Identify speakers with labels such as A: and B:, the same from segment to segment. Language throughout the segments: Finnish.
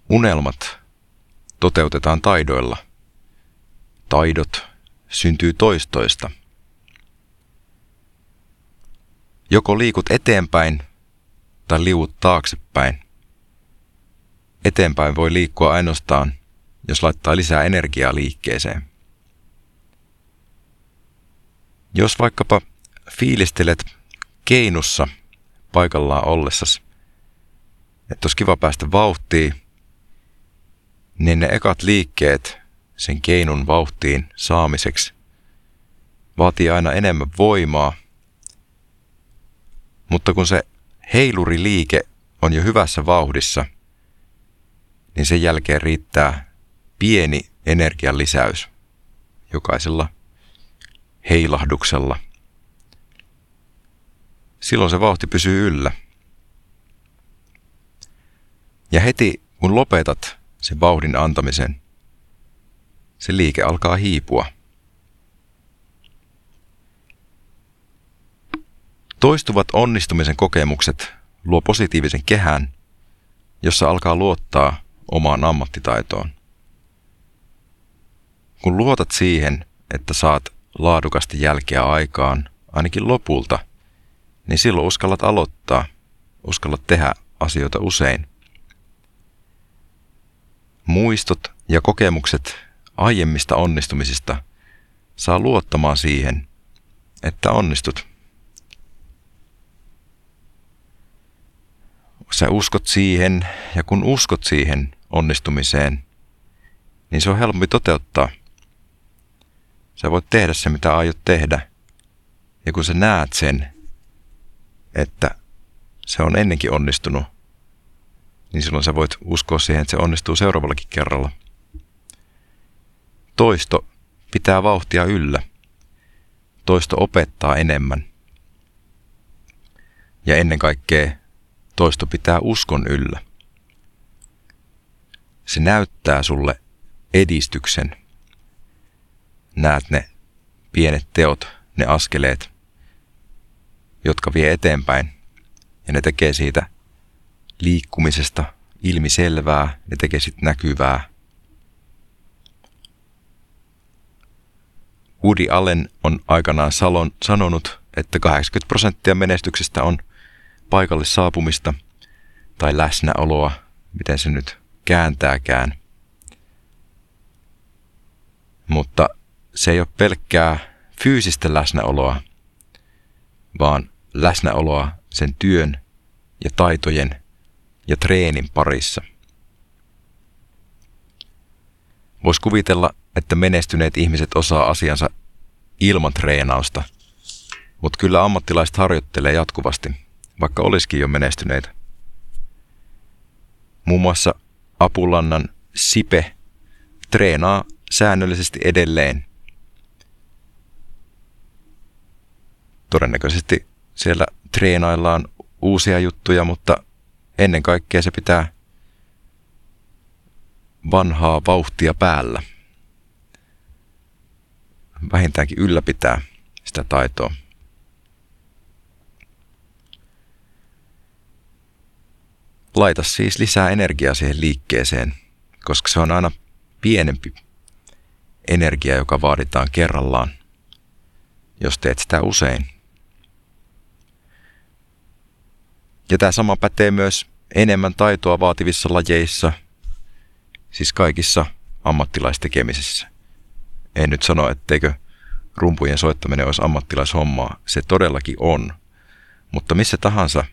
A: Unelmat toteutetaan taidoilla. Taidot syntyy toistoista. Joko liikut eteenpäin tai liuut taaksepäin. Eteenpäin voi liikkua ainoastaan, jos laittaa lisää energiaa liikkeeseen. Jos vaikkapa fiilistelet keinussa paikallaan ollessasi, että olisi kiva päästä vauhtiin, niin ne ekat liikkeet sen keinun vauhtiin saamiseksi vaatii aina enemmän voimaa, mutta kun se heiluriliike on jo hyvässä vauhdissa, niin sen jälkeen riittää pieni energian lisäys jokaisella heilahduksella. Silloin se vauhti pysyy yllä. Ja heti kun lopetat sen vauhdin antamisen, se liike alkaa hiipua. Toistuvat onnistumisen kokemukset luo positiivisen kehän, jossa alkaa luottaa omaan ammattitaitoon. Kun luotat siihen, että saat laadukasta jälkeä aikaan, ainakin lopulta, niin silloin uskallat aloittaa, uskallat tehdä asioita usein. Muistot ja kokemukset aiemmista onnistumisista saa luottamaan siihen, että onnistut. Sä uskot siihen, ja kun uskot siihen onnistumiseen, niin se on helpompi toteuttaa. Sä voit tehdä se, mitä aiot tehdä. Ja kun sä näet sen, että se on ennenkin onnistunut, niin silloin sä voit uskoa siihen, että se onnistuu seuraavallakin kerralla. Toisto pitää vauhtia yllä. Toisto opettaa enemmän. Ja ennen kaikkea toisto pitää uskon yllä. Se näyttää sulle edistyksen. Näet ne pienet teot, ne askeleet, jotka vie eteenpäin. Ja ne tekee siitä liikkumisesta ilmiselvää, ne tekee siitä näkyvää. Woody Allen on aikanaan sanonut, että 80% menestyksestä on paikalle saapumista tai läsnäoloa, miten se nyt kääntääkään. Mutta se ei ole pelkkää fyysistä läsnäoloa, vaan läsnäoloa sen työn ja taitojen ja treenin parissa. Vois kuvitella, että menestyneet ihmiset osaa asiansa ilman treenausta, mutta kyllä ammattilaiset harjoittelee jatkuvasti, vaikka olisikin jo menestyneitä. Muun muassa Apulannan Sipe treenaa säännöllisesti edelleen. Todennäköisesti siellä treenaillaan uusia juttuja, mutta ennen kaikkea se pitää vanhaa vauhtia päällä. Vähintäänkin ylläpitää sitä taitoa. Laita siis lisää energiaa siihen liikkeeseen, koska se on aina pienempi energia, joka vaaditaan kerrallaan, jos teet sitä usein. Ja tämä sama pätee myös enemmän taitoa vaativissa lajeissa, siis kaikissa ammattilaistekemisissä. En nyt sano, etteikö rumpujen soittaminen olisi ammattilaishommaa. Se todellakin on. Mutta missä tahansa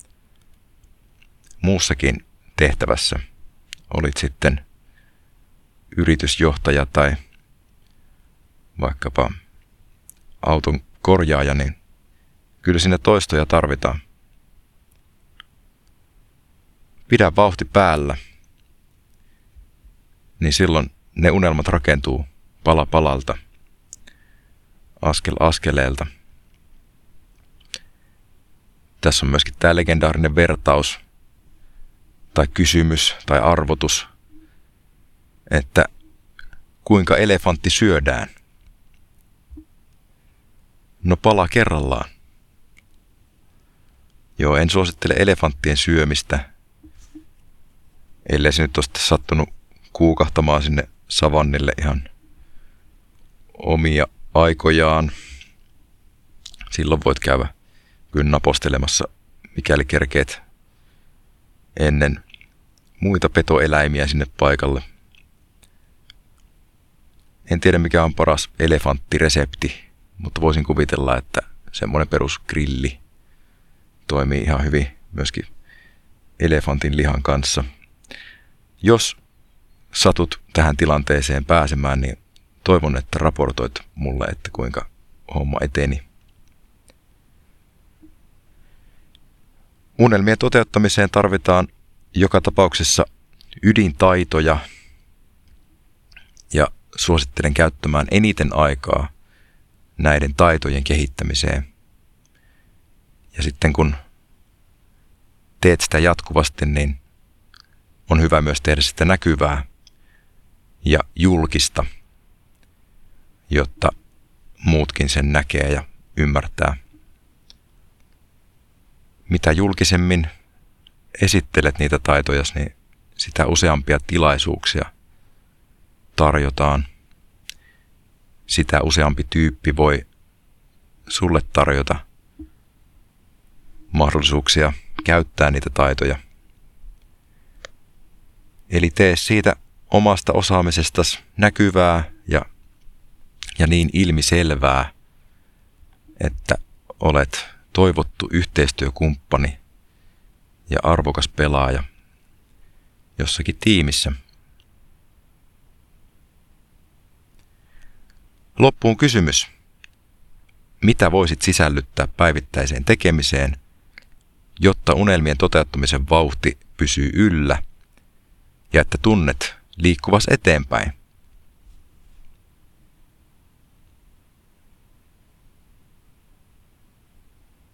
A: muussakin tehtävässä, olit sitten yritysjohtaja tai vaikkapa auton korjaaja, niin kyllä siinä toistoja tarvitaan. Pidä vauhti päällä, niin silloin ne unelmat rakentuu pala palalta, askel askeleelta. Tässä on myöskin tämä legendaarinen vertaus tai kysymys tai arvotus, että kuinka elefantti syödään. No pala kerrallaan. Joo, en suosittele elefanttien syömistä. ellei se nyt ole sattunut kuukahtamaan sinne savannille ihan omia aikojaan. Silloin voit käydä kyllä napostelemassa, mikäli kerkeet ennen muita petoeläimiä sinne paikalle. En tiedä, mikä on paras elefanttiresepti, mutta voisin kuvitella, että semmoinen perusgrilli toimii ihan hyvin myöskin elefantin lihan kanssa. Jos satut tähän tilanteeseen pääsemään, niin toivon, että raportoit mulle, että kuinka homma eteni. Unelmien toteuttamiseen tarvitaan joka tapauksessa ydintaitoja ja suosittelen käyttämään eniten aikaa näiden taitojen kehittämiseen. Ja sitten kun teet sitä jatkuvasti, niin on hyvä myös tehdä sitä näkyvää ja julkista, jotta muutkin sen näkee ja ymmärtää. Mitä julkisemmin esittelet niitä taitoja, niin sitä useampia tilaisuuksia tarjotaan. Sitä useampi tyyppi voi sulle tarjota mahdollisuuksia käyttää niitä taitoja. Eli tee siitä omasta osaamisestasi näkyvää ja niin ilmiselvää, että olet toivottu yhteistyökumppani ja arvokas pelaaja jossakin tiimissä. Loppuun kysymys. Mitä voisit sisällyttää päivittäiseen tekemiseen, jotta unelmien toteuttamisen vauhti pysyy yllä ja että tunnet liikkuvas eteenpäin?